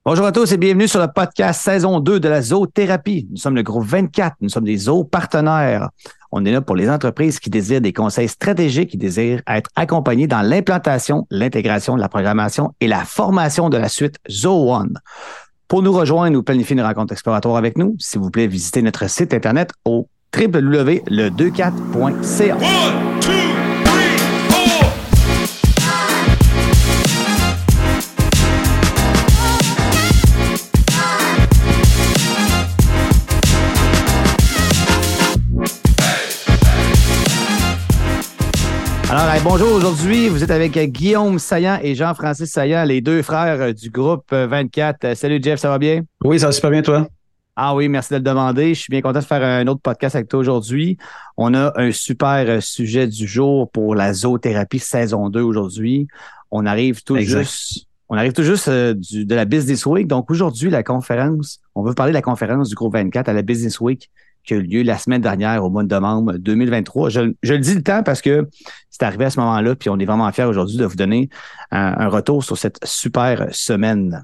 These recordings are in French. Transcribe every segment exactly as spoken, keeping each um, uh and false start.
Bonjour à tous et bienvenue sur le podcast saison deux de la zoothérapie. Nous sommes le groupe vingt-quatre, nous sommes des zoopartenaires. On est là pour les entreprises qui désirent des conseils stratégiques, qui désirent être accompagnées dans l'implantation, l'intégration, la programmation et la formation de la suite ZooOne. Pour nous rejoindre ou planifier une rencontre exploratoire avec nous, s'il vous plaît, visitez notre site internet au w w w point le vingt-quatre point c a. Alors, hey, bonjour. Aujourd'hui, vous êtes avec Guillaume Saillant et Jean-Francis Saillant, les deux frères du groupe vingt-quatre. Salut Jeff, ça va bien? Oui, ça va super bien, toi? Ah oui, merci de le demander. Je suis bien content de faire un autre podcast avec toi aujourd'hui. On a un super sujet du jour pour la zoothérapie saison deux aujourd'hui. On arrive tout exact. juste... On arrive tout juste euh, du, de la Business Week. Donc aujourd'hui, la conférence, on veut parler de la conférence du groupe vingt-quatre à la Business Week qui a eu lieu la semaine dernière au mois de novembre deux mille vingt-trois. Je, je le dis le temps parce que c'est arrivé à ce moment-là, puis on est vraiment fiers aujourd'hui de vous donner un, un retour sur cette super semaine.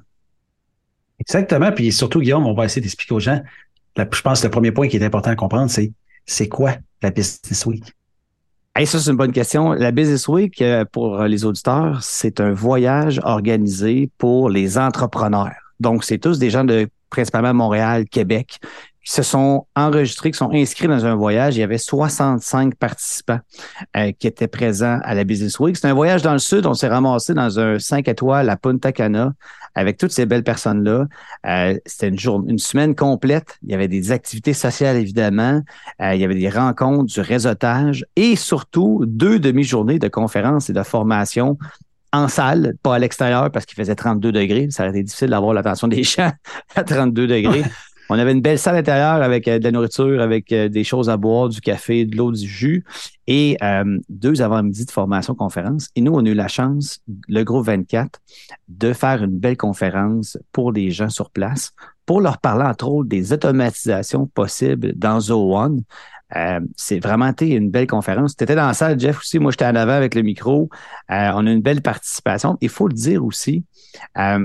Exactement, puis surtout, Guillaume, on va essayer d'expliquer aux gens. La, je pense que le premier point qui est important à comprendre, c'est c'est quoi la Business Week? Hey, ça, c'est une bonne question. La Business Week, pour les auditeurs, c'est un voyage organisé pour les entrepreneurs. Donc, c'est tous des gens de principalement Montréal, Québec, qui se sont enregistrés, qui sont inscrits dans un voyage. Il y avait soixante-cinq participants euh, qui étaient présents à la Business Week. C'est un voyage dans le sud. On s'est ramassé dans un cinq étoiles à Punta Cana avec toutes ces belles personnes-là. Euh, c'était une journée, une semaine complète. Il y avait des activités sociales, évidemment. Euh, il y avait des rencontres, du réseautage et surtout deux demi-journées de conférences et de formations en salle, pas à l'extérieur parce qu'il faisait trente-deux degrés. Ça aurait été difficile d'avoir l'attention des gens à trente-deux degrés. On avait une belle salle intérieure avec euh, de la nourriture, avec euh, des choses à boire, du café, de l'eau, du jus et euh, deux avant-midi de formation-conférence. Et nous, on a eu la chance, le groupe vingt-quatre, de faire une belle conférence pour les gens sur place, pour leur parler, entre autres, des automatisations possibles dans ZooOne. Euh, c'est vraiment été une belle conférence. Tu étais dans la salle, Jeff, aussi. Moi, j'étais en avant avec le micro. Euh, on a une belle participation. Il faut le dire aussi, euh,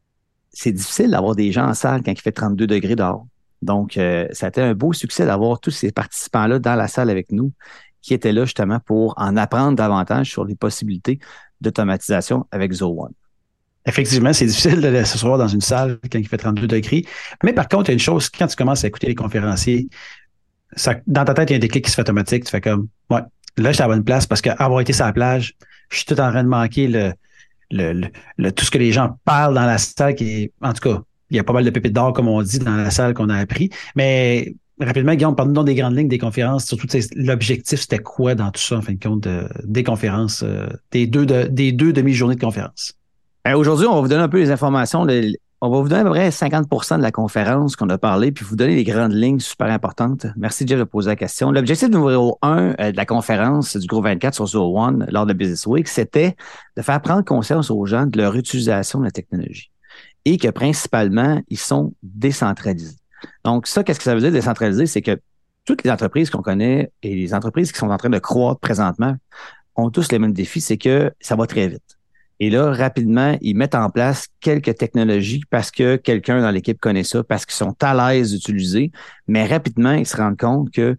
c'est difficile d'avoir des gens en salle quand il fait trente-deux degrés dehors. Donc, euh, ça a été un beau succès d'avoir tous ces participants-là dans la salle avec nous qui étaient là justement pour en apprendre davantage sur les possibilités d'automatisation avec ZooOne. Effectivement, c'est difficile de s'asseoir dans une salle quand il fait trente-deux degrés. Mais par contre, il y a une chose, quand tu commences à écouter les conférenciers, ça, dans ta tête, il y a un déclic qui se fait automatique. Tu fais comme, ouais, là, je suis à la bonne place parce qu'avoir été sur la plage, je suis tout en train de manquer le, le, le, le tout ce que les gens parlent dans la salle. Qui est, en tout cas, il y a pas mal de pépites d'or, comme on dit, dans la salle qu'on a appris. Mais rapidement, Guillaume, parle-nous des grandes lignes des conférences. Surtout, l'objectif, c'était quoi dans tout ça, en fin de compte, de, des conférences, euh, des, deux de, des deux demi-journées de conférences? Aujourd'hui, on va vous donner un peu les informations. De, on va vous donner à peu près cinquante pour cent de la conférence qu'on a parlé, puis vous donner les grandes lignes super importantes. Merci, Jeff, de poser la question. L'objectif numéro un euh, de la conférence du groupe vingt-quatre sur ZooOne lors de Business Week, c'était de faire prendre conscience aux gens de leur utilisation de la technologie et que principalement, ils sont décentralisés. Donc ça, qu'est-ce que ça veut dire décentralisé? C'est que toutes les entreprises qu'on connaît et les entreprises qui sont en train de croître présentement ont tous les mêmes défis, c'est que ça va très vite. Et là, rapidement, ils mettent en place quelques technologies parce que quelqu'un dans l'équipe connaît ça, parce qu'ils sont à l'aise d'utiliser, mais rapidement, ils se rendent compte que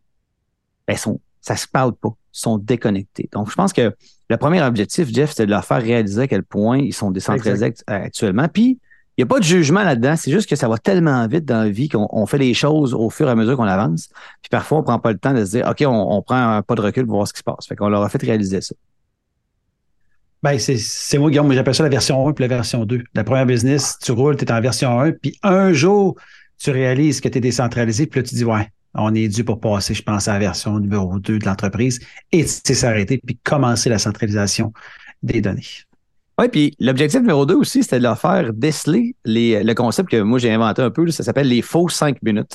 ben, sont, ça se parle pas, ils sont déconnectés. Donc, je pense que le premier objectif, Jeff, c'est de leur faire réaliser à quel point ils sont décentralisés exact. actuellement. Puis, il n'y a pas de jugement là-dedans, c'est juste que ça va tellement vite dans la vie qu'on on fait les choses au fur et à mesure qu'on avance. Puis parfois, on prend pas le temps de se dire, OK, on, on prend un pas de recul pour voir ce qui se passe. Fait qu'on leur a fait réaliser ça. Ben, c'est, c'est moi, Guillaume, j'appelle ça la version un puis la version deux. La première business, tu roules, tu es en version un, puis un jour, tu réalises que tu es décentralisé, puis là, tu dis, ouais, on est dû pour passer, je pense, à la version numéro deux de l'entreprise, et tu sais s'arrêter, puis commencer la centralisation des données. Oui, puis l'objectif numéro deux aussi, c'était de leur faire déceler les, le concept que moi, j'ai inventé un peu, là, ça s'appelle les faux cinq minutes.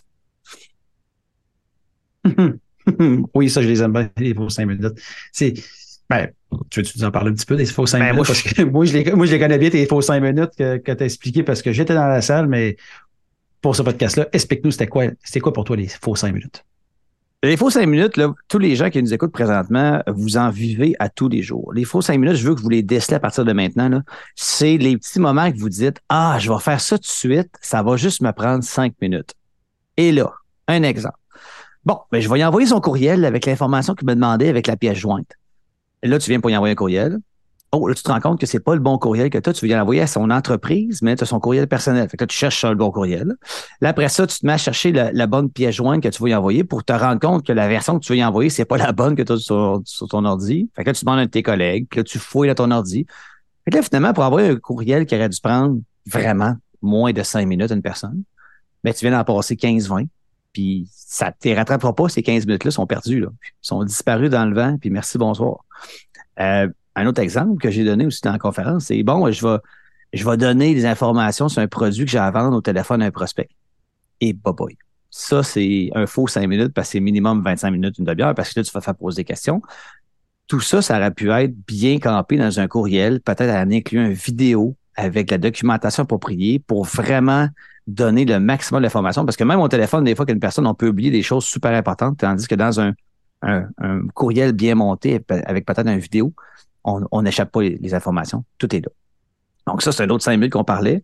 Oui, ça, je les aime bien, les faux cinq minutes. C'est... Ben, tu veux-tu nous en parler un petit peu des faux cinq ben, minutes? Moi, parce que moi, je les, moi, je les connais bien, tes faux cinq minutes que, que tu as expliqué parce que j'étais dans la salle, mais pour ce podcast-là, explique-nous, c'était quoi, c'était quoi pour toi les faux cinq minutes? Les faux cinq minutes, là, tous les gens qui nous écoutent présentement, vous en vivez à tous les jours. Les faux cinq minutes, je veux que vous les décelez à partir de maintenant, là. C'est les petits moments que vous dites, ah, je vais faire ça tout de suite, ça va juste me prendre cinq minutes. Et là, un exemple. Bon, ben, je vais y envoyer son courriel avec l'information qu'il me demandait avec la pièce jointe. Et là, tu viens pour y envoyer un courriel. Oh, là, tu te rends compte que c'est pas le bon courriel que tu as. Tu veux l'envoyer à son entreprise, mais tu as son courriel personnel. Fait que là, tu cherches le bon courriel. Là, après ça, tu te mets à chercher la, la bonne pièce jointe que tu veux y envoyer pour te rendre compte que la version que tu veux y envoyer, c'est pas la bonne que tu as sur, sur ton ordi. Fait que là, tu demandes à un de tes collègues, puis là, tu fouilles dans ton ordi. Fait que là, finalement, pour envoyer un courriel qui aurait dû prendre vraiment moins de cinq minutes à une personne, ben, tu viens d'en passer quinze vingt. Puis ça ne te rattrapera pas, ces quinze minutes-là sont perdues, là. Ils sont disparus dans le vent, puis merci, bonsoir. Euh, Un autre exemple que j'ai donné aussi dans la conférence, c'est bon, je vais, je vais donner des informations sur un produit que j'ai à vendre au téléphone à un prospect. Et bye bye. Ça, c'est un faux cinq minutes parce que c'est minimum vingt-cinq minutes, une demi-heure, parce que là, tu vas faire poser des questions. Tout ça, ça aurait pu être bien campé dans un courriel, peut-être en incluant une vidéo avec la documentation appropriée pour vraiment donner le maximum d'informations. Parce que même au téléphone, des fois, qu'une personne, on peut oublier des choses super importantes, tandis que dans un, un, un courriel bien monté avec peut-être une vidéo, on n'échappe pas les, les informations. Tout est là. Donc ça, c'est un autre cinq minutes qu'on parlait.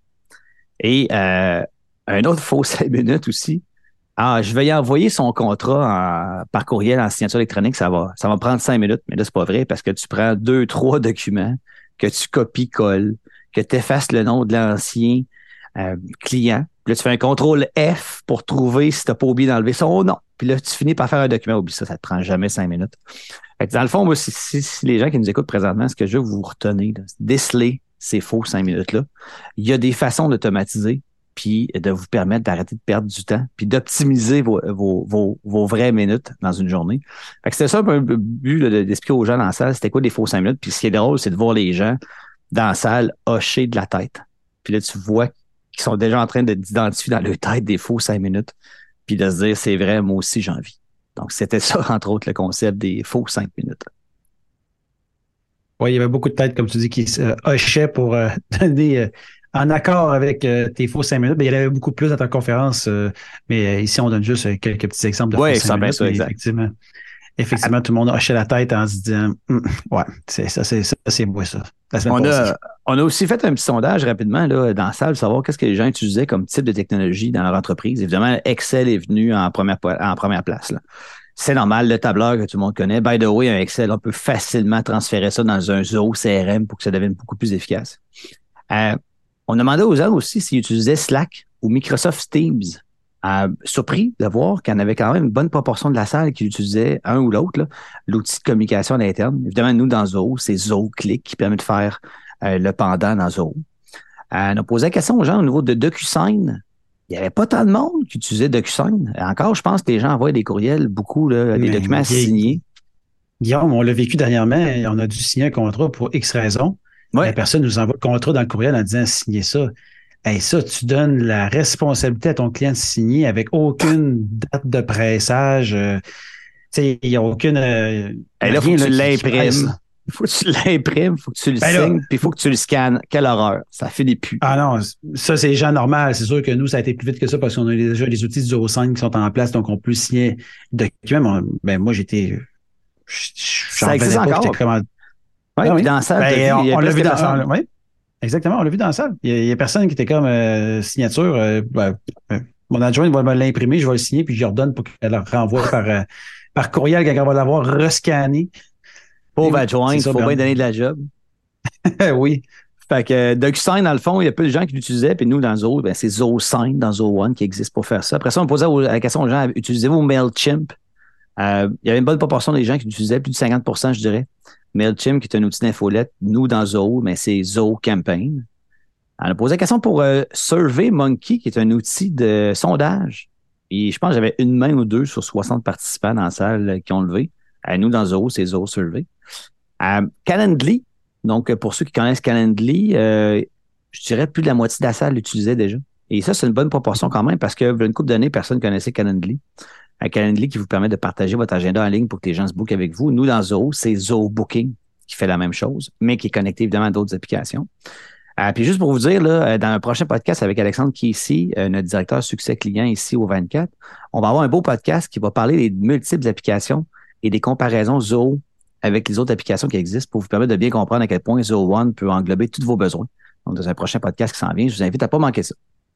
Et euh, un autre faux cinq minutes aussi. Ah, je vais y envoyer son contrat en, par courriel en signature électronique. Ça va, ça va prendre cinq minutes. Mais là, c'est pas vrai parce que tu prends deux, trois documents que tu copies-colles, que tu effaces le nom de l'ancien euh, client. Puis là, tu fais un contrôle F pour trouver si tu n'as pas oublié d'enlever son nom. Puis là, tu finis par faire un document. Oublie ça, ça te prend jamais cinq minutes. Fait que dans le fond, moi, si, si, si les gens qui nous écoutent présentement, ce que je veux que vous retenez, là, c'est déceler ces faux cinq minutes-là. Il y a des façons d'automatiser puis de vous permettre d'arrêter de perdre du temps puis d'optimiser vos, vos, vos, vos vraies minutes dans une journée. Fait que c'était ça un peu le but là, d'expliquer aux gens dans la salle, c'était quoi des faux cinq minutes. Puis ce qui est drôle, c'est de voir les gens dans la salle hocher de la tête. Puis là, tu vois qu'ils sont déjà en train de, d'identifier dans leur tête des faux cinq minutes puis de se dire, c'est vrai, moi aussi, j'ai envie. Donc, c'était ça, entre autres, le concept des faux cinq minutes. Oui, il y avait beaucoup de têtes, comme tu dis, qui se euh, hochaient pour euh, donner euh, en accord avec euh, tes faux cinq minutes. Mais il y en avait beaucoup plus dans ta conférence, euh, mais euh, ici, on donne juste euh, quelques petits exemples de ouais, faux cinq minutes. Ça, exact. Effectivement, effectivement, tout le monde hochait la tête en se disant hm, ouais, c'est ça, c'est ça, c'est moi, ça. La semaine on, passée. a, on a aussi fait un petit sondage rapidement là, dans la salle pour savoir qu'est-ce que les gens utilisaient comme type de technologie dans leur entreprise. Évidemment, Excel est venu en première, en première place, là. C'est normal, le tableur que tout le monde connaît. By the way, un Excel, on peut facilement transférer ça dans un Zoho C R M pour que ça devienne beaucoup plus efficace. Euh, on demandait aux gens aussi s'ils utilisaient Slack ou Microsoft Teams. Euh, surpris de voir qu'il y en avait quand même une bonne proportion de la salle qui utilisait un ou l'autre, là, l'outil de communication à l'interne. Évidemment, nous, dans Zoho, c'est Zoho Click qui permet de faire euh, le pendant dans Zoho. Euh, on a posé la question aux gens au niveau de DocuSign. Il n'y avait pas tant de monde qui utilisait DocuSign. Encore, je pense que les gens envoient des courriels, beaucoup, là, des Mais, documents signés. Guillaume, on l'a vécu dernièrement. On a dû signer un contrat pour X raisons. Ouais. La personne nous envoie le contrat dans le courriel en disant signez ça. Hey, ça, tu donnes la responsabilité à ton client de signer avec aucune date de pressage. Euh, tu sais, il n'y a aucune. Euh, hey, là, il faut que tu l'imprimes. Il faut que tu l'imprimes, il faut que tu le ben signes, puis il faut que tu le scannes. Quelle horreur. Ça finit plus. Ah non, ça, c'est gens normal. C'est sûr que nous, ça a été plus vite que ça parce qu'on a déjà les outils du Zoho cinq qui sont en place, donc on peut signer documents. Ben, moi, j'étais. Ça existe encore. Pas, comment... Oui, ah, oui. Dans la salle. Ben, on, on l'a vu dans la salle. Oui, exactement, on l'a vu dans la salle. Il n'y a, a personne qui était comme euh, signature. Euh, ben, euh, mon adjoint va me l'imprimer, je vais le signer, puis je lui redonne pour qu'elle le renvoie par, euh, par courriel quand on va l'avoir rescanné. Pauvre adjoint, il faut bien donner de la job. Oui. Fait que DocuSign, dans le fond, il y a peu de gens qui l'utilisaient, puis nous, dans Zoho, ben, c'est Zoho cinq dans Zoho One qui existe pour faire ça. Après ça, on posait la question aux gens, utilisez-vous MailChimp? Euh, il y avait une bonne proportion des gens qui l'utilisaient, plus de cinquante pour cent, je dirais. MailChimp, qui est un outil d'infolette, nous, dans Zoho, mais c'est Zoho Campaign. On a posé la question pour euh, SurveyMonkey, qui est un outil de sondage. Et je pense que j'avais une main ou deux sur soixante participants dans la salle qui ont levé. À nous, dans Zoho, c'est Zoho Survey. Euh, Calendly, donc pour ceux qui connaissent Calendly, euh, je dirais plus de la moitié de la salle l'utilisait déjà. Et ça, c'est une bonne proportion quand même parce que une couple d'années, personne ne connaissait Calendly. Un Calendly qui vous permet de partager votre agenda en ligne pour que les gens se bookent avec vous. Nous, dans Zoho, c'est Zoho Booking qui fait la même chose, mais qui est connecté évidemment à d'autres applications. Euh, puis juste pour vous dire, là, euh, dans un prochain podcast avec Alexandre qui est ici, euh, notre directeur succès client ici au vingt-quatre, on va avoir un beau podcast qui va parler des multiples applications et des comparaisons Zoho avec les autres applications qui existent pour vous permettre de bien comprendre à quel point Zoho One peut englober tous vos besoins. Donc, dans un prochain podcast qui s'en vient, je vous invite à ne pas manquer ça.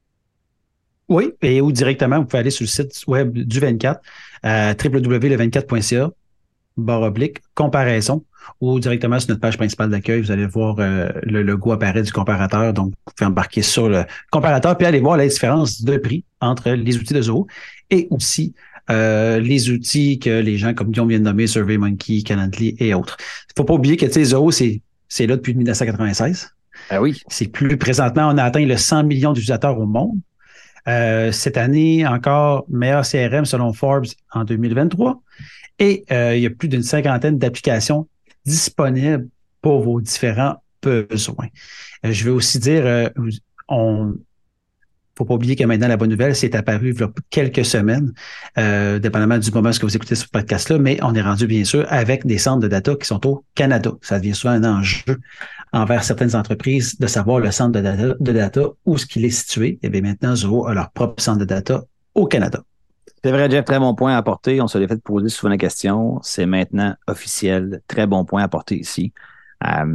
Oui, et ou directement, vous pouvez aller sur le site web du vingt-quatre, euh, w w w point le vingt-quatre point c a, barre oblique, comparaison, ou directement sur notre page principale d'accueil, vous allez voir euh, le logo apparaître du comparateur. Donc, vous pouvez embarquer sur le comparateur puis aller voir la différence de prix entre les outils de Zoho et aussi euh, les outils que les gens comme Guillaume vient de nommer, SurveyMonkey, Calendly et autres. Il ne faut pas oublier que Zoho, c'est, c'est là depuis dix-neuf cent quatre-vingt-seize. Ah oui. C'est plus présentement, on a atteint le cent millions d'utilisateurs au monde. Euh, cette année, encore meilleur C R M selon Forbes en deux mille vingt-trois. Et euh, il y a plus d'une cinquantaine d'applications disponibles pour vos différents besoins. Euh, je vais aussi dire, euh, on faut pas oublier que maintenant, la bonne nouvelle, c'est apparu il y a quelques semaines, euh, dépendamment du moment où vous écoutez ce podcast-là, mais on est rendu, bien sûr, avec des centres de data qui sont au Canada. Ça devient souvent un enjeu envers certaines entreprises de savoir le centre de data, de data où est-ce qu'il est situé. Et bien maintenant, Zoho a leur propre centre de data au Canada. C'est vrai, Jeff, très bon point à apporter. On se l'est fait poser souvent la question. C'est maintenant officiel. Très bon point à apporter ici. Euh,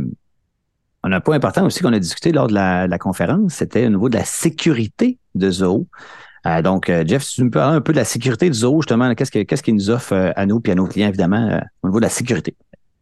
on a un point important aussi qu'on a discuté lors de la, de la conférence, c'était au niveau de la sécurité de Zoho. Euh, donc, euh, Jeff, si tu me parles un peu de la sécurité de Zoho, justement, qu'est-ce, que, qu'est-ce qu'il nous offre euh, à nous et à nos clients, évidemment, euh, au niveau de la sécurité?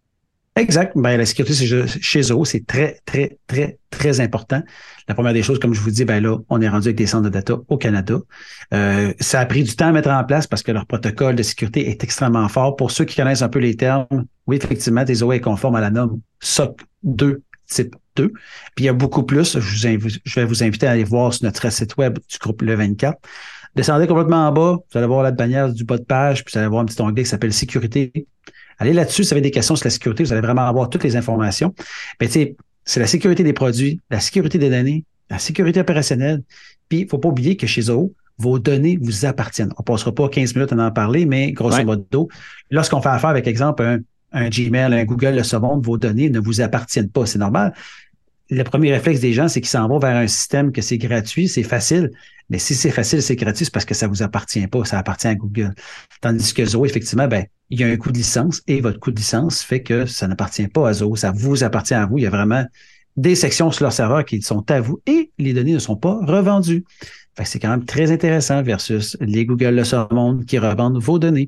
Exact. Ben, la sécurité c'est, chez Zoho, c'est très, très, très, très important. La première des choses, comme je vous dis, ben là, on est rendu avec des centres de data au Canada. Euh, ça a pris du temps à mettre en place parce que leur protocole de sécurité est extrêmement fort. Pour ceux qui connaissent un peu les termes, oui, effectivement, Zoho est conforme à la norme S O C deux type deux. Puis il y a beaucoup plus. Je, vous inv- je vais vous inviter à aller voir sur notre site web du groupe Le vingt-quatre. Descendez complètement en bas, vous allez voir la bannière du bas de page, puis vous allez voir un petit onglet qui s'appelle Sécurité. Allez là-dessus, si vous avez des questions sur la sécurité, vous allez vraiment avoir toutes les informations. Mais tu sais, c'est la sécurité des produits, la sécurité des données, la sécurité opérationnelle. Puis, il ne faut pas oublier que chez Zoho, vos données vous appartiennent. On ne passera pas quinze minutes à en parler, mais grosso ouais. modo, lorsqu'on fait affaire avec, exemple, un, un Gmail, un Google, le ce monde, vos données ne vous appartiennent pas. C'est normal. Le premier réflexe des gens, c'est qu'ils s'en vont vers un système que c'est gratuit, c'est facile. Mais si c'est facile, c'est gratuit, c'est parce que ça ne vous appartient pas, ça appartient à Google. Tandis que Zoho, effectivement, ben, il y a un coût de licence et votre coût de licence fait que ça n'appartient pas à Zoho, ça vous appartient à vous. Il y a vraiment des sections sur leur serveur qui sont à vous et les données ne sont pas revendues. Fait que c'est quand même très intéressant versus les Google Le ce monde qui revendent vos données.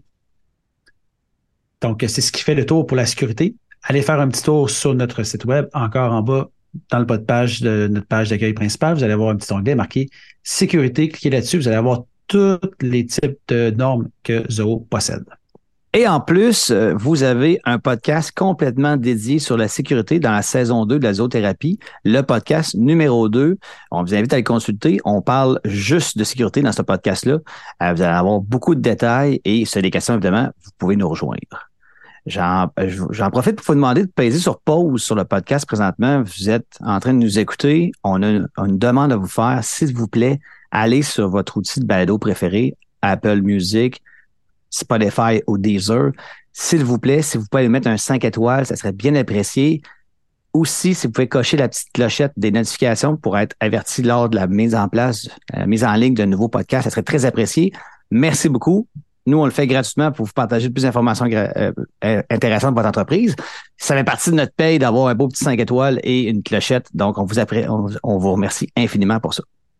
Donc, c'est ce qui fait le tour pour la sécurité. Allez faire un petit tour sur notre site web, encore en bas, dans le bas de page de notre page d'accueil principale, vous allez avoir un petit onglet marqué sécurité. Cliquez là-dessus, vous allez avoir tous les types de normes que Zoho possède. Et en plus, vous avez un podcast complètement dédié sur la sécurité dans la saison deux de la zoothérapie, le podcast numéro deux. On vous invite à le consulter. On parle juste de sécurité dans ce podcast-là. Vous allez avoir beaucoup de détails et si vous avez des questions, évidemment, vous pouvez nous rejoindre. J'en, j'en profite pour vous demander de peser sur pause sur le podcast présentement. Vous êtes en train de nous écouter. On a une, une demande à vous faire. S'il vous plaît, allez sur votre outil de balado préféré, Apple Music, Spotify ou Deezer. S'il vous plaît, si vous pouvez aller mettre un cinq étoiles, ça serait bien apprécié. Aussi, si vous pouvez cocher la petite clochette des notifications pour être averti lors de la mise en place, la mise en ligne d'un nouveau podcast, ça serait très apprécié. Merci beaucoup. Nous, on le fait gratuitement pour vous partager plus d'informations euh, intéressantes de votre entreprise. Ça fait partie de notre paye d'avoir un beau petit cinq étoiles et une clochette. Donc, on vous, appré- on, on vous remercie infiniment pour ça.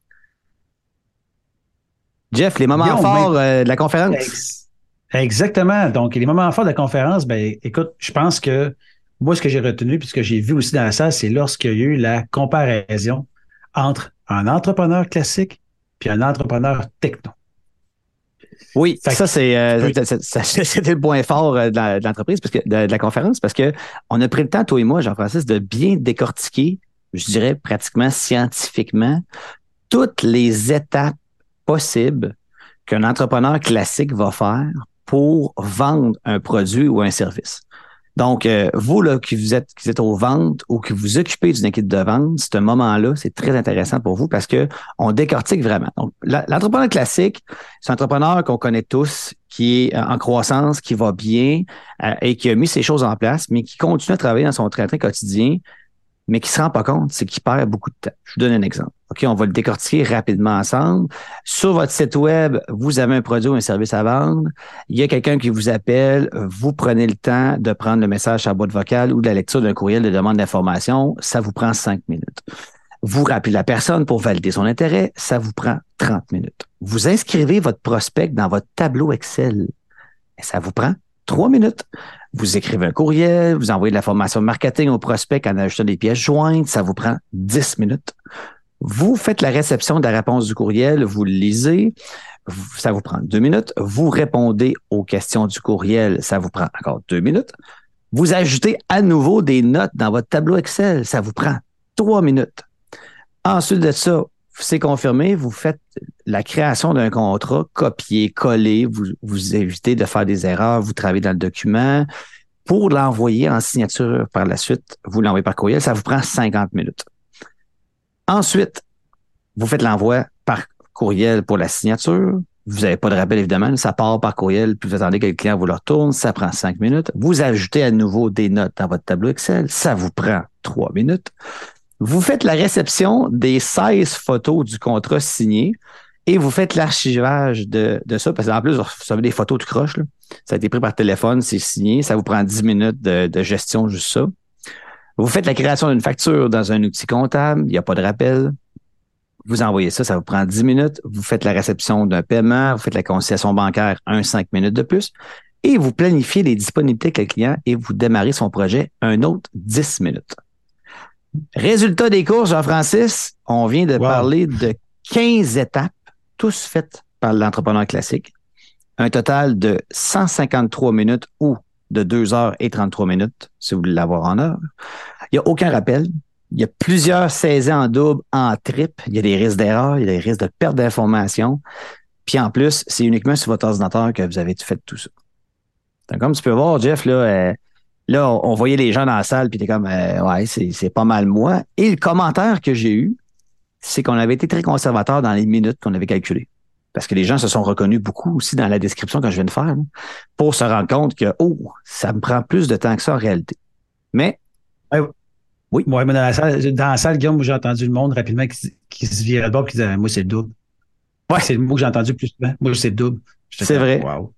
Jeff, les moments Bien, forts mais... euh, de la conférence. Ex- Exactement. Donc, les moments forts de la conférence, ben, écoute, je pense que moi, ce que j'ai retenu puis ce que j'ai vu aussi dans la salle, c'est lorsqu'il y a eu la comparaison entre un entrepreneur classique puis un entrepreneur techno. Oui, fait ça, c'est, euh, ça, ça, c'était le point fort de, la, de l'entreprise, parce que, de, de la conférence, parce que on a pris le temps, toi et moi, Jean-Francis, de bien décortiquer, je dirais pratiquement scientifiquement, toutes les étapes possibles qu'un entrepreneur classique va faire pour vendre un produit ou un service. Donc, euh, vous, là, qui vous êtes, qui êtes aux ventes ou qui vous occupez d'une équipe de vente, ce moment-là, c'est très intéressant pour vous parce que on décortique vraiment. Donc, l'entrepreneur classique, c'est un entrepreneur qu'on connaît tous, qui est en croissance, qui va bien euh, et qui a mis ses choses en place, mais qui continue à travailler dans son train-train quotidien mais qui ne se rend pas compte, c'est qu'il perd beaucoup de temps. Je vous donne un exemple. OK, on va le décortiquer rapidement ensemble. Sur votre site web, vous avez un produit ou un service à vendre. Il y a quelqu'un qui vous appelle. Vous prenez le temps de prendre le message sur la boîte vocale ou de la lecture d'un courriel de demande d'information. Ça vous prend cinq minutes. Vous rappelez la personne pour valider son intérêt. Ça vous prend trente minutes. Vous inscrivez votre prospect dans votre tableau Excel. Et ça vous prend trois minutes. Vous écrivez un courriel, vous envoyez de la formation de marketing au prospect en ajoutant des pièces jointes. Ça vous prend dix minutes. Vous faites la réception de la réponse du courriel, vous le lisez, ça vous prend deux minutes. Vous répondez aux questions du courriel, ça vous prend encore deux minutes. Vous ajoutez à nouveau des notes dans votre tableau Excel, ça vous prend trois minutes. Ensuite de ça, c'est confirmé, vous faites la création d'un contrat, copier, coller, vous, vous évitez de faire des erreurs, vous travaillez dans le document. Pour l'envoyer en signature par la suite, vous l'envoyez par courriel, ça vous prend cinquante minutes. Ensuite, vous faites l'envoi par courriel pour la signature. Vous n'avez pas de rappel, évidemment. Ça part par courriel, puis vous attendez que le client vous le retourne. Ça prend cinq minutes. Vous ajoutez à nouveau des notes dans votre tableau Excel. Ça vous prend trois minutes. Vous faites la réception des seize photos du contrat signé et vous faites l'archivage de, de ça. Parce qu'en plus, vous recevez des photos de croche, là. Ça a été pris par téléphone, c'est signé. Ça vous prend dix minutes de, de gestion, juste ça. Vous faites la création d'une facture dans un outil comptable, il n'y a pas de rappel. Vous envoyez ça, ça vous prend dix minutes. Vous faites la réception d'un paiement, vous faites la conciliation bancaire, un cinq minutes de plus. Et vous planifiez les disponibilités avec le client et vous démarrez son projet, un autre dix minutes. Résultat des courses, Jean-Francis, on vient de wow. parler de quinze étapes, tous faites par l'entrepreneur classique. Un total de cent cinquante-trois minutes ou de deux heures et trente-trois minutes, si vous voulez l'avoir en heure. Il n'y a aucun rappel. Il y a plusieurs saisies en double, en triple. Il y a des risques d'erreur, il y a des risques de perte d'informations. Puis en plus, c'est uniquement sur votre ordinateur que vous avez fait tout ça. Donc, comme tu peux voir, Jeff, là, euh, là, on, on voyait les gens dans la salle, puis t'es comme, euh, ouais, c'est, c'est pas mal moi. Et le commentaire que j'ai eu, c'est qu'on avait été très conservateur dans les minutes qu'on avait calculées. Parce que les gens se sont reconnus beaucoup aussi dans la description que je viens de faire, là, pour se rendre compte que, oh, ça me prend plus de temps que ça en réalité. Mais, ouais, oui. Ouais, mais dans la salle, dans la salle, Guillaume, j'ai entendu le monde rapidement qui, qui se virait de bord et qui disait, moi, c'est le double. Ouais. C'est le mot que j'ai entendu plus souvent. Moi, c'est le double. J'étais c'est comme, vrai. Wow.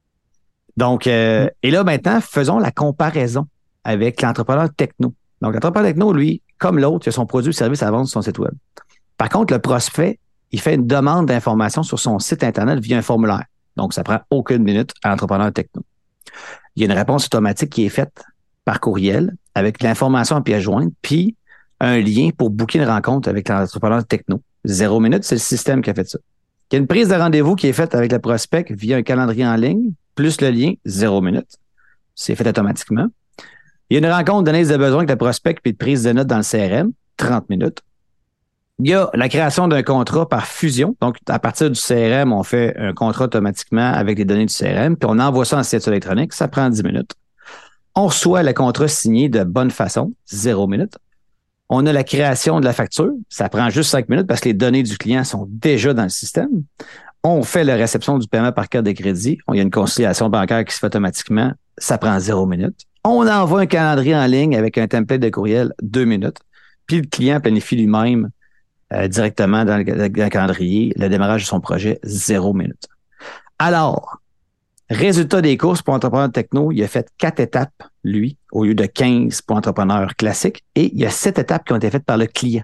Donc, euh, mm. et là, maintenant, faisons la comparaison avec l'entrepreneur techno. Donc, l'entrepreneur techno, lui, comme l'autre, il a son produit ou service à vendre sur son site web. Par contre, le prospect, il fait une demande d'information sur son site Internet via un formulaire. Donc, ça prend aucune minute à l'entrepreneur techno. Il y a une réponse automatique qui est faite par courriel avec l'information en pièce jointe, puis un lien pour booker une rencontre avec l'entrepreneur techno. Zéro minute, c'est le système qui a fait ça. Il y a une prise de rendez-vous qui est faite avec le prospect via un calendrier en ligne, plus le lien, zéro minute. C'est fait automatiquement. Il y a une rencontre d'analyse de besoin avec le prospect puis de prise de notes dans le C R M, trente minutes. Il y a la création d'un contrat par fusion. Donc, à partir du C R M, on fait un contrat automatiquement avec les données du C R M, puis on envoie ça en signature électronique. Ça prend dix minutes. On reçoit le contrat signé de bonne façon, zéro minute. On a la création de la facture. Ça prend juste cinq minutes parce que les données du client sont déjà dans le système. On fait la réception du paiement par carte de crédit. Il y a une conciliation bancaire qui se fait automatiquement. Ça prend zéro minute. On envoie un calendrier en ligne avec un template de courriel, deux minutes. Puis le client planifie lui-même Euh, directement dans le, dans le calendrier, le démarrage de son projet, zéro minute. Alors, résultat des courses pour entrepreneur techno, il a fait quatre étapes, lui, au lieu de quinze pour entrepreneur classique, et il y a sept étapes qui ont été faites par le client.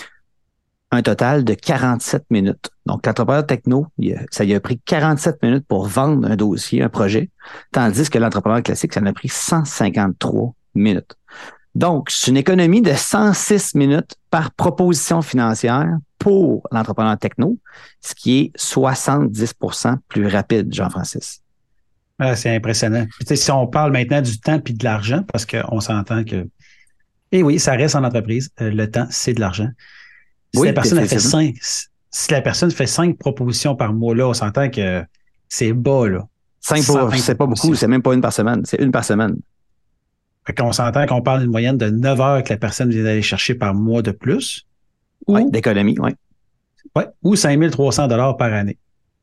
Un total de quarante-sept minutes. Donc, l'entrepreneur techno, il a, ça lui a pris quarante-sept minutes pour vendre un dossier, un projet, tandis que l'entrepreneur classique, ça en a pris cent cinquante-trois minutes. Donc, c'est une économie de cent six minutes par proposition financière pour l'entrepreneur techno, ce qui est soixante-dix pour cent plus rapide, Jean-Francis. Ah, c'est impressionnant. Puis, si on parle maintenant du temps puis de l'argent, parce qu'on s'entend que... Eh oui, ça reste en entreprise. Euh, le temps, c'est de l'argent. Si oui, la personne a fait cinq, si la personne fait cinq propositions par mois, là, on s'entend que c'est bas, là. Cinq pour, c'est pas beaucoup, c'est même pas une par semaine, c'est une par semaine. Fait qu'on s'entend qu'on parle d'une moyenne de neuf heures que la personne vient d'aller chercher par mois de plus. Ou, ouais, d'économie, oui. Ouais, ou cinq mille trois cents dollars par année.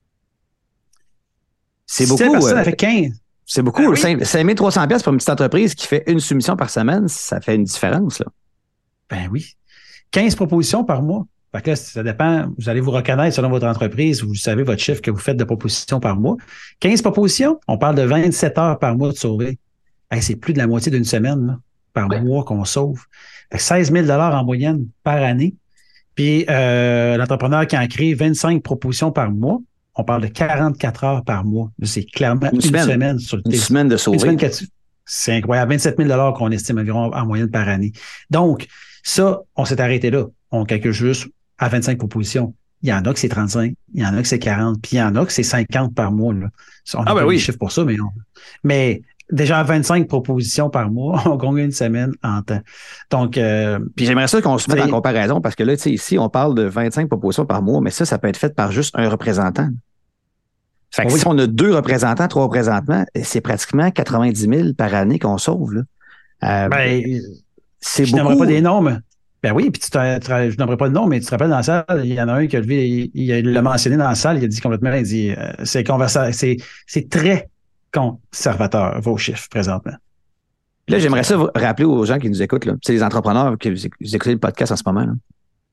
C'est si beaucoup. La personne euh, a fait quinze. C'est beaucoup. Ah, oui. cinq mille trois cents dollars pour une petite entreprise qui fait une soumission par semaine, ça fait une différence, là. Ben oui. quinze propositions par mois. Fait que là, ça dépend. Vous allez vous reconnaître selon votre entreprise. Vous savez votre chiffre que vous faites de propositions par mois. quinze propositions, on parle de vingt-sept heures par mois de sauver. Hey, c'est plus de la moitié d'une semaine là, par ouais. mois qu'on sauve. Fait que seize mille dollars en moyenne par année. Puis euh, l'entrepreneur qui en crée vingt-cinq propositions par mois, on parle de quarante-quatre heures par mois. C'est clairement une, une semaine. semaine sur le Une semaine de sauver. Une semaine, c'est incroyable. vingt-sept mille dollars qu'on estime environ en moyenne par année. Donc, ça, on s'est arrêté là. On calcule juste à vingt-cinq propositions. Il y en a que c'est trente-cinq, il y en a que c'est quarante, puis il y en a que c'est cinquante par mois. Là. On ah a ben pas oui. des chiffres pour ça, mais on... mais déjà vingt-cinq propositions par mois, on gagne une semaine en temps. Donc, euh, puis j'aimerais ça qu'on se mette en comparaison parce que là, tu sais, ici, on parle de vingt-cinq propositions par mois, mais ça, ça peut être fait par juste un représentant. Fait que oui. Si on a deux représentants, trois représentants, c'est pratiquement quatre-vingt-dix mille par année qu'on sauve. Là. Euh, ben, c'est je beaucoup. Je n'aimerais pas des noms, mais ben oui, puis tu je n'aimerais pas de nom, mais tu te rappelles dans la salle, il y en a un qui a levé, il, il l'a mentionné dans la salle, il a dit complètement, il dit, euh, c'est conversa, c'est, c'est très conservateur, vos chiffres, présentement. Là, j'aimerais ça vous rappeler aux gens qui nous écoutent, là, c'est les entrepreneurs qui vous écoutez le podcast en ce moment, là.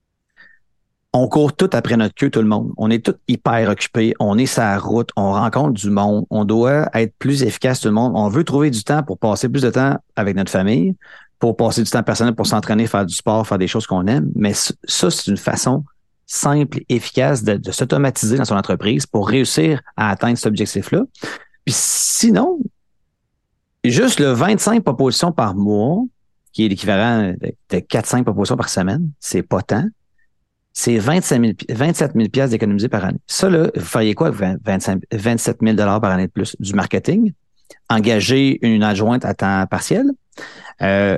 On court tout après notre queue, tout le monde. On est tous hyper occupés. On est sur la route. On rencontre du monde. On doit être plus efficace, tout le monde. On veut trouver du temps pour passer plus de temps avec notre famille, pour passer du temps personnel, pour s'entraîner, faire du sport, faire des choses qu'on aime. Mais ça, c'est une façon simple et efficace de, de s'automatiser dans son entreprise pour réussir à atteindre cet objectif-là. Puis sinon, juste le vingt-cinq propositions par mois, qui est l'équivalent de quatre à cinq propositions par semaine, c'est pas tant. C'est vingt-cinq mille, vingt-sept mille piastres d'économiser par année. Ça, là, vous feriez quoi avec vingt-cinq, vingt-sept mille dollars par année de plus? Du marketing, engager une adjointe à temps partiel, euh,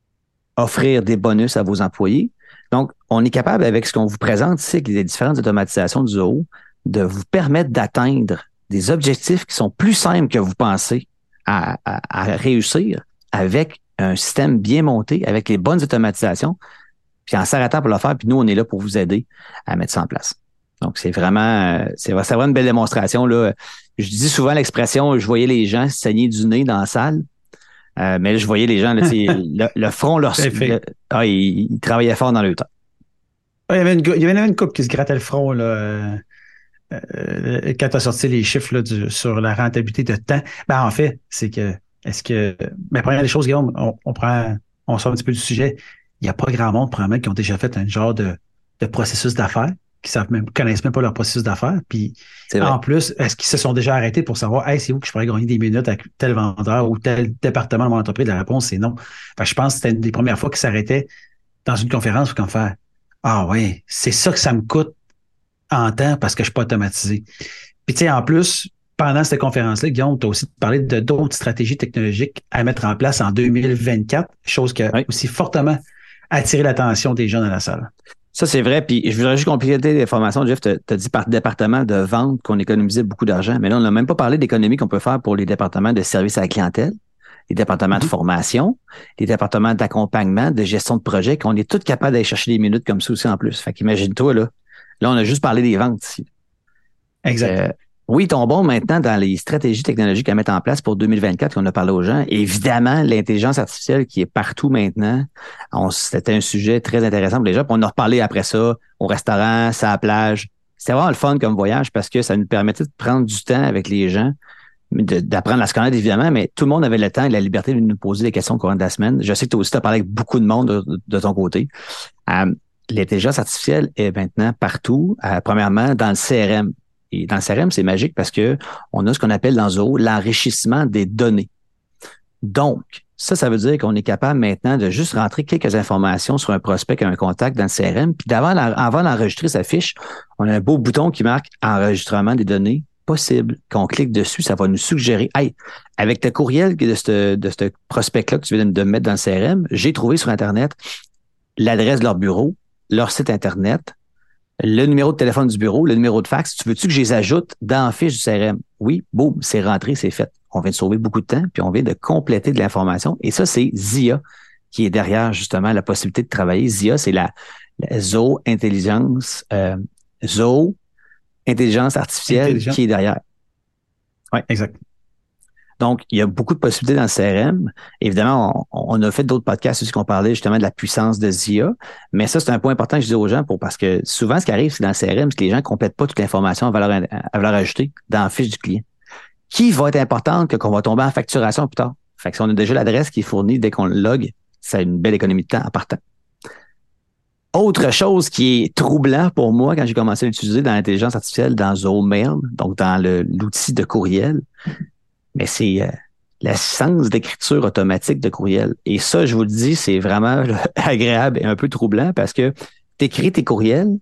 offrir des bonus à vos employés. Donc, on est capable, avec ce qu'on vous présente ici, avec les différentes automatisations du Zoho, de vous permettre d'atteindre des objectifs qui sont plus simples que vous pensez à, à, à réussir avec un système bien monté, avec les bonnes automatisations, puis en s'arrêtant pour le faire, puis nous, on est là pour vous aider à mettre ça en place. Donc, c'est vraiment, c'est vraiment une belle démonstration, là. Je dis souvent l'expression, je voyais les gens saigner du nez dans la salle, euh, mais là, je voyais les gens, là, le, le front, leur, le, ah, ils, ils travaillaient fort dans le temps. Il y avait une, il y avait une couple qui se grattait le front, là, euh, euh, quand tu as sorti les chiffres là, du, sur la rentabilité de temps. Ben, en fait, c'est que, est-ce que, ben, première des choses, Guillaume, on, on prend, on sort un petit peu du sujet. Il n'y a pas grand monde, probablement, qui ont déjà fait un genre de, de processus d'affaires, qui savent même, connaissent même pas leur processus d'affaires. Puis, en plus, est-ce qu'ils se sont déjà arrêtés pour savoir, hey, c'est où que je pourrais gagner des minutes avec tel vendeur ou tel département de mon entreprise? La réponse, c'est non. Fait que je pense que c'était une des premières fois qu'ils s'arrêtaient dans une conférence pour comme faire, ah oui, c'est ça que ça me coûte en temps parce que je suis pas automatisé. Puis, tu sais, en plus, pendant cette conférence-là, Guillaume, tu as aussi parlé de d'autres stratégies technologiques à mettre en place en deux mille vingt-quatre, chose qui a oui. aussi fortement attiré l'attention des gens dans la salle. Ça, c'est vrai. Puis je voudrais juste compléter l'information. Jeff, tu as dit par département de vente qu'on économisait beaucoup d'argent. Mais là, on n'a même pas parlé d'économie qu'on peut faire pour les départements de service à la clientèle, les départements mm-hmm. de formation, les départements d'accompagnement, de gestion de projet, qu'on est tous capables d'aller chercher des minutes comme ça aussi en plus. Fait qu'imagine-toi, là, là, on a juste parlé des ventes ici. Exact. Euh, oui, tombons maintenant dans les stratégies technologiques à mettre en place pour deux mille vingt-quatre qu'on a parlé aux gens. Évidemment, l'intelligence artificielle qui est partout maintenant, on, c'était un sujet très intéressant pour les gens. Puis on a reparlé après ça au restaurant, à la plage. C'était vraiment le fun comme voyage parce que ça nous permettait de prendre du temps avec les gens, de, d'apprendre à se connaître évidemment, mais tout le monde avait le temps et la liberté de nous poser des questions au courant de la semaine. Je sais que toi aussi, tu as parlé avec beaucoup de monde de, de ton côté. Euh, l'intelligence artificielle est maintenant partout. Euh, premièrement, dans le C R M. Et dans le C R M, c'est magique parce que on a ce qu'on appelle dans Zoho l'enrichissement des données. Donc, ça, ça veut dire qu'on est capable maintenant de juste rentrer quelques informations sur un prospect, un contact dans le C R M. Puis d'avant avant d'enregistrer sa fiche, on a un beau bouton qui marque enregistrement des données possible. Quand on clique dessus, ça va nous suggérer, hey, avec ta courriel de ce de ce prospect-là que tu viens de mettre dans le C R M, j'ai trouvé sur Internet l'adresse de leur bureau, leur site Internet, le numéro de téléphone du bureau, le numéro de fax. Tu veux-tu que je les ajoute dans la fiche du C R M? Oui, boum, c'est rentré, c'est fait. On vient de sauver beaucoup de temps, puis on vient de compléter de l'information. Et ça, c'est Zia qui est derrière, justement, la possibilité de travailler. Zia, c'est la, la Zoho Intelligence, euh, Zoho Intelligence Artificielle Intelligent. Qui est derrière. Oui, exact. Donc, il y a beaucoup de possibilités dans le C R M. Évidemment, on, on a fait d'autres podcasts aussi qu'on parlait justement de la puissance de Z I A, mais ça, c'est un point important que je dis aux gens pour parce que souvent, ce qui arrive, c'est dans le C R M, c'est que les gens ne complètent pas toute l'information à valeur, à valeur ajoutée dans la fiche du client, qui va être importante que qu'on va tomber en facturation plus tard. Fait que si on a déjà l'adresse qui est fournie dès qu'on le log, c'est une belle économie de temps en partant. Autre chose qui est troublant pour moi quand j'ai commencé à l'utiliser dans l'intelligence artificielle dans Zomail, donc dans le, l'outil de courriel, mais c'est euh, l'assistance d'écriture automatique de courriel. Et ça, je vous le dis, c'est vraiment là, agréable et un peu troublant parce que tu écris tes courriels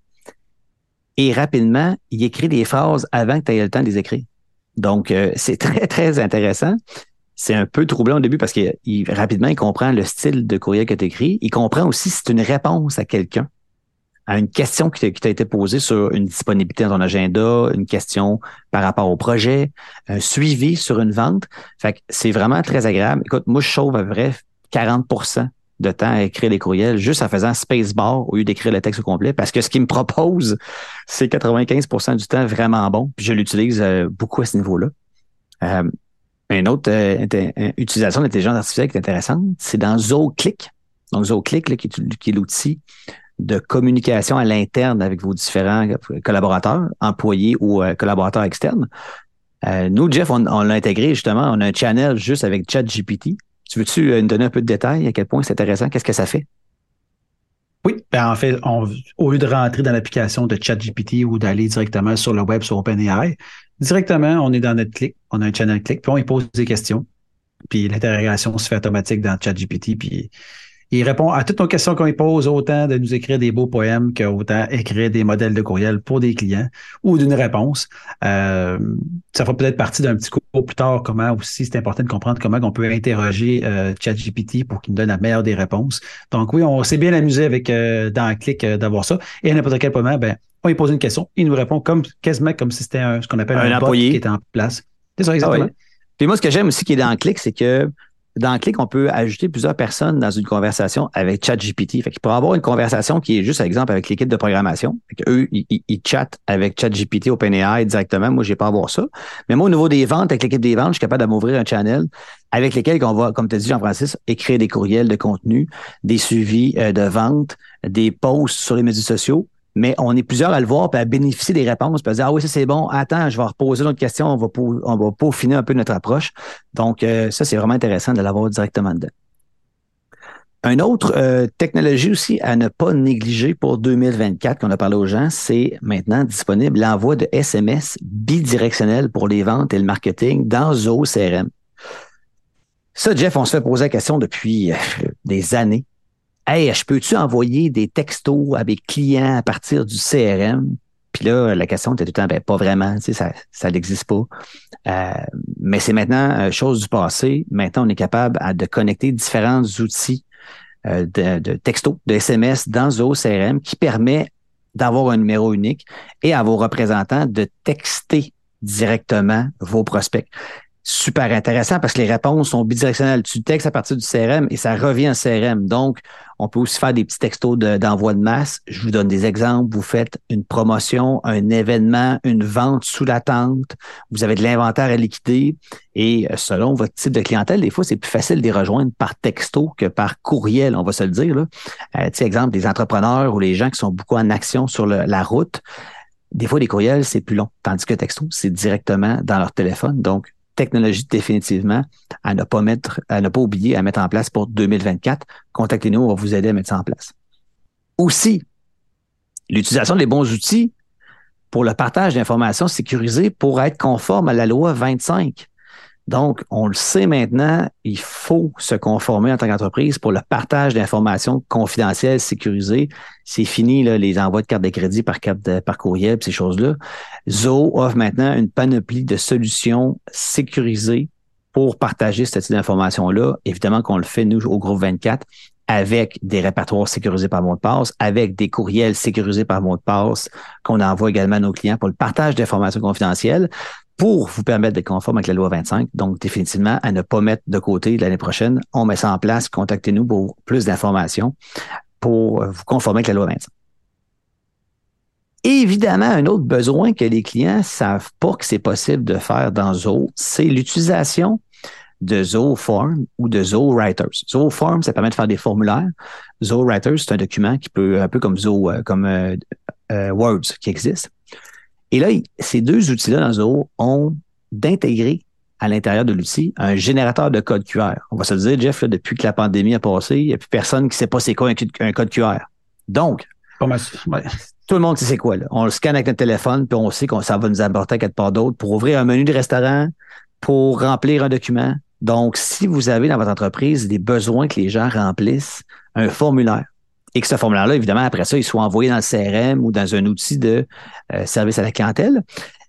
et rapidement, il écrit des phrases avant que tu aies le temps de les écrire. Donc, euh, c'est très, très intéressant. C'est un peu troublant au début parce que il, rapidement, il comprend le style de courriel que tu écris. Il comprend aussi si c'est une réponse à quelqu'un, à une question qui t'a été posée sur une disponibilité dans ton agenda, une question par rapport au projet, un suivi sur une vente. Fait que c'est vraiment très agréable. Écoute, moi, je sauve à vrai quarante pour cent de temps à écrire les courriels juste en faisant spacebar au lieu d'écrire le texte au complet parce que ce qu'il me propose, c'est quatre-vingt-quinze pour cent du temps vraiment bon. Puis je l'utilise euh, beaucoup à ce niveau-là. Euh, Une autre euh, utilisation de l'intelligence artificielle qui est intéressante, c'est dans ZoClick. Donc, ZoClick, là, qui, est, qui est l'outil de communication à l'interne avec vos différents collaborateurs, employés ou euh, collaborateurs externes. Euh, nous, Jeff, on, on l'a intégré justement. On a un channel juste avec ChatGPT. Tu veux-tu euh, nous donner un peu de détails à quel point c'est intéressant? Qu'est-ce que ça fait? Oui, ben en fait, on, au lieu de rentrer dans l'application de ChatGPT ou d'aller directement sur le web sur OpenAI, directement, on est dans notre clic, on a un channel clic, puis on y pose des questions, puis l'interrogation se fait automatique dans ChatGPT, puis il répond à toutes nos questions qu'on lui pose, autant de nous écrire des beaux poèmes qu'autant écrire des modèles de courriel pour des clients ou d'une réponse. Euh, ça fera peut-être partie d'un petit cours plus tard, comment aussi c'est important de comprendre comment on peut interroger euh, ChatGPT pour qu'il nous donne la meilleure des réponses. Donc oui, on s'est bien amusé avec euh, dans Click euh, d'avoir ça. Et à n'importe quel moment, ben, on lui pose une question, il nous répond comme quasiment comme si c'était un, ce qu'on appelle un, un bot qui est en place. C'est ça, exactement. Ah oui. Puis moi, ce que j'aime aussi qui est dans Click, c'est que dans Click, on peut ajouter plusieurs personnes dans une conversation avec ChatGPT. Fait qu'il pourrait avoir une conversation qui est juste, par exemple, avec l'équipe de programmation. Fait qu'eux, ils, ils, ils chattent avec ChatGPT, OpenAI directement. Moi, je n'ai pas à voir ça. Mais moi, au niveau des ventes, avec l'équipe des ventes, je suis capable de m'ouvrir un channel avec lesquels on va, comme tu as dit, Jean-Francis, écrire des courriels de contenu, des suivis euh, de vente, des posts sur les médias sociaux. Mais on est plusieurs à le voir et à bénéficier des réponses, puis à dire, ah oui, ça c'est bon, attends, je vais reposer une autre question, on va, on va peaufiner un peu notre approche. Donc, euh, ça, c'est vraiment intéressant de l'avoir directement dedans. Une autre euh, technologie aussi à ne pas négliger pour deux mille vingt-quatre qu'on a parlé aux gens, c'est maintenant disponible l'envoi de S M S bidirectionnel pour les ventes et le marketing dans Zoho C R M. Ça, Jeff, on se fait poser la question depuis euh, des années. Hey, je peux-tu envoyer des textos à mes clients à partir du C R M? Puis là, la question était tout le temps, ben pas vraiment, tu sais, ça, ça n'existe pas. Euh, mais c'est maintenant euh, chose du passé. Maintenant, on est capable à, de connecter différents outils euh, de, de textos, de S M S dans Zoho C R M qui permet d'avoir un numéro unique et à vos représentants de texter directement vos prospects. Super intéressant parce que les réponses sont bidirectionnelles. Tu textes à partir du C R M et ça revient en C R M. Donc, on peut aussi faire des petits textos de, d'envoi de masse. Je vous donne des exemples. Vous faites une promotion, un événement, une vente sous la tente. Vous avez de l'inventaire à liquider et selon votre type de clientèle, des fois, c'est plus facile de les rejoindre par texto que par courriel, on va se le dire, là. Euh, tu sais, exemple, des entrepreneurs ou les gens qui sont beaucoup en action sur le, la route. Des fois, les courriels, c'est plus long. Tandis que texto, c'est directement dans leur téléphone. Donc, technologie définitivement à ne pas mettre, à ne pas oublier à mettre en place pour deux mille vingt-quatre. Contactez-nous, on va vous aider à mettre ça en place. Aussi, l'utilisation des bons outils pour le partage d'informations sécurisées pour être conforme à la loi vingt-cinq. Donc, on le sait maintenant, il faut se conformer en tant qu'entreprise pour le partage d'informations confidentielles, sécurisées. C'est fini, là, les envois de cartes de crédit par carte de, par courriel, ces choses-là. Zoho offre maintenant une panoplie de solutions sécurisées pour partager ce type d'informations-là. Évidemment qu'on le fait, nous, au groupe vingt-quatre, avec des répertoires sécurisés par mot de passe, avec des courriels sécurisés par mot de passe qu'on envoie également à nos clients pour le partage d'informations confidentielles, pour vous permettre d'être conforme avec la loi vingt-cinq. Donc, définitivement, à ne pas mettre de côté l'année prochaine. On met ça en place. Contactez-nous pour plus d'informations pour vous conformer avec la loi vingt-cinq. Évidemment, un autre besoin que les clients ne savent pas que c'est possible de faire dans Zoho, c'est l'utilisation de Zooform ou de ZooWriters. Zooform, ça permet de faire des formulaires. ZooWriters, c'est un document qui peut, un peu comme Zoo, comme euh, euh, Words, qui existe. Et là, ces deux outils-là dans Zoo ont d'intégrer à l'intérieur de l'outil un générateur de code Q R. On va se le dire, Jeff, là, depuis que la pandémie a passé, il n'y a plus personne qui ne sait pas c'est quoi un, un code Q R. Donc, ouais. Tout le monde sait c'est quoi. Là. On le scanne avec notre téléphone, puis on sait que ça va nous apporter quelque part d'autre pour ouvrir un menu de restaurant, pour remplir un document. Donc, si vous avez dans votre entreprise des besoins que les gens remplissent un formulaire, et que ce formulaire-là, évidemment, après ça, il soit envoyé dans le C R M ou dans un outil de euh, service à la clientèle,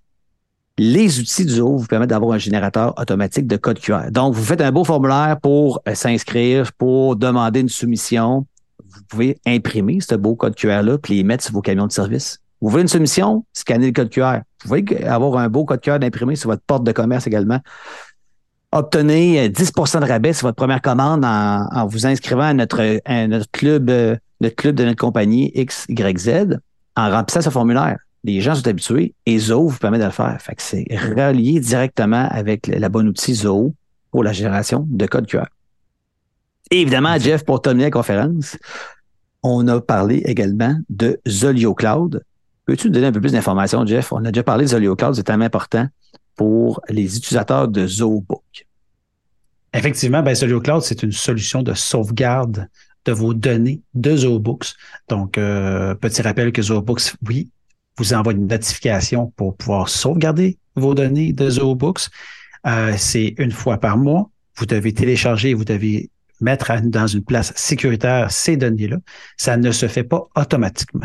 les outils du Zoo vous permettent d'avoir un générateur automatique de code Q R. Donc, vous faites un beau formulaire pour euh, s'inscrire, pour demander une soumission. Vous pouvez imprimer ce beau code Q R-là puis les mettre sur vos camions de service. Vous voulez une soumission? Scannez le code Q R. Vous pouvez avoir un beau code Q R d'imprimé sur votre porte de commerce également. Obtenez dix pour cent de rabais sur votre première commande en, en vous inscrivant à notre, à notre club, euh, notre club de notre compagnie X Y Z en remplissant ce formulaire. Les gens sont habitués et Zoo vous permet de le faire. Fait que c'est relié directement avec le, la bonne outil Zoo pour la génération de code Q R. Et évidemment, Jeff, pour terminer la conférence, on a parlé également de Zolio Cloud. Peux-tu nous donner un peu plus d'informations, Jeff? On a déjà parlé de Zolio Cloud, c'est tellement important pour les utilisateurs de ZooBook. Effectivement, ben, Zolio Cloud, c'est une solution de sauvegarde de vos données de ZooBooks. Donc, euh, petit rappel que ZooBooks, oui, vous envoie une notification pour pouvoir sauvegarder vos données de ZooBooks. Euh, c'est une fois par mois. Vous devez télécharger, vous devez mettre à, dans une place sécuritaire ces données-là. Ça ne se fait pas automatiquement.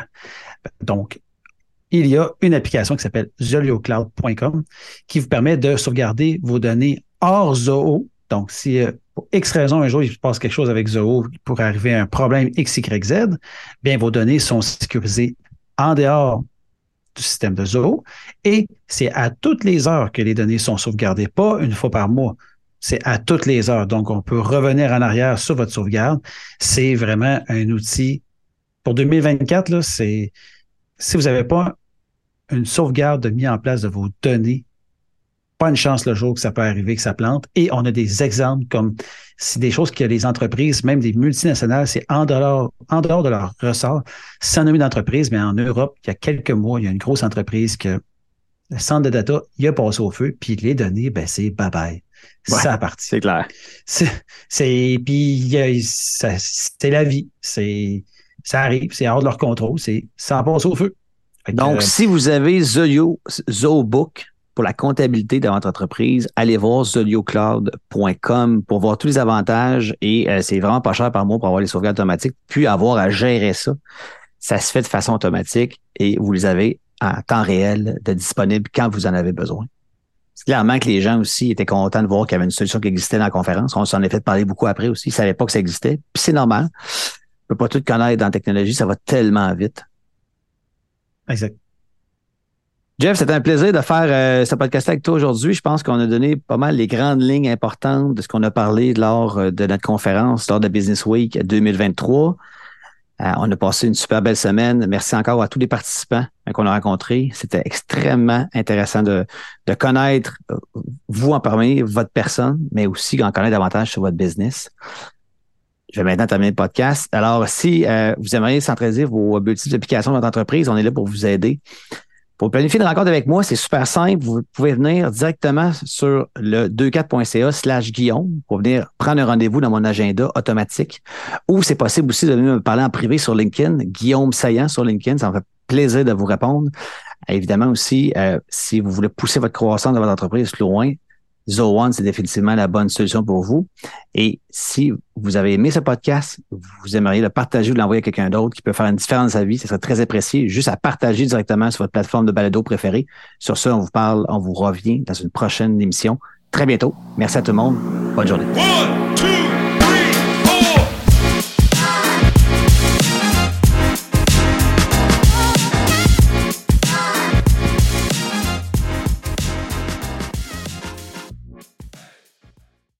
Donc, il y a une application qui s'appelle zolio cloud point com qui vous permet de sauvegarder vos données hors Zoo. Donc, si euh, pour X raison, un jour, il se passe quelque chose avec Zoo, il pourrait arriver un problème X Y Z, bien, vos données sont sécurisées en dehors du système de Zoo et c'est à toutes les heures que les données sont sauvegardées, pas une fois par mois. C'est à toutes les heures. Donc, on peut revenir en arrière sur votre sauvegarde. C'est vraiment un outil. Pour deux mille vingt-quatre, là, c'est si vous n'avez pas une sauvegarde mise en place de vos données, pas une chance le jour que ça peut arriver, que ça plante. Et on a des exemples comme c'est des choses que les entreprises, même des multinationales, c'est en dehors, en dehors de leur ressort, sans nommer d'entreprise, mais en Europe, il y a quelques mois, il y a une grosse entreprise que le centre de data, il a passé au feu, puis les données, ben c'est bye-bye. Ouais, ça partit. C'est clair. C'est, c'est, puis ça, c'est la vie. C'est, ça arrive, c'est hors de leur contrôle, c'est, ça passe au feu. Fait Donc, que, si vous avez Zolio, ZooBook pour la comptabilité de votre entreprise, allez voir zolio cloud point com pour voir tous les avantages et euh, c'est vraiment pas cher par mois pour avoir les sauvegardes automatiques, puis avoir à gérer ça. Ça se fait de façon automatique et vous les avez en temps réel de disponible quand vous en avez besoin. C'est clairement que les gens aussi étaient contents de voir qu'il y avait une solution qui existait dans la conférence. On s'en est fait parler beaucoup après aussi. Ils ne savaient pas que ça existait. Puis c'est normal. On ne peut pas tout connaître dans la technologie. Ça va tellement vite. Exact. Jeff, c'était un plaisir de faire euh, ce podcast avec toi aujourd'hui. Je pense qu'on a donné pas mal les grandes lignes importantes de ce qu'on a parlé lors de notre conférence, lors de Business Week deux mille vingt-trois. Euh, on a passé une super belle semaine. Merci encore à tous les participants hein, qu'on a rencontrés. C'était extrêmement intéressant de, de connaître euh, vous en premier, votre personne, mais aussi d'en connaître davantage sur votre business. Je vais maintenant terminer le podcast. Alors, si euh, vous aimeriez centraliser vos multiples applications de votre entreprise, on est là pour vous aider. Pour planifier une rencontre avec moi, c'est super simple. Vous pouvez venir directement sur le vingt-quatre point c a slash Guillaume pour venir prendre un rendez-vous dans mon agenda automatique. Ou c'est possible aussi de venir me parler en privé sur LinkedIn, Guillaume Saillant sur LinkedIn. Ça me fait plaisir de vous répondre. Évidemment aussi, euh, si vous voulez pousser votre croissance de votre entreprise plus loin, ZooOne, c'est définitivement la bonne solution pour vous. Et si vous avez aimé ce podcast, vous aimeriez le partager ou l'envoyer à quelqu'un d'autre qui peut faire une différence dans sa vie, ce serait très apprécié. Juste à partager directement sur votre plateforme de balado préférée. Sur ce, on vous parle, on vous revient dans une prochaine émission très bientôt. Merci à tout le monde. Bonne journée.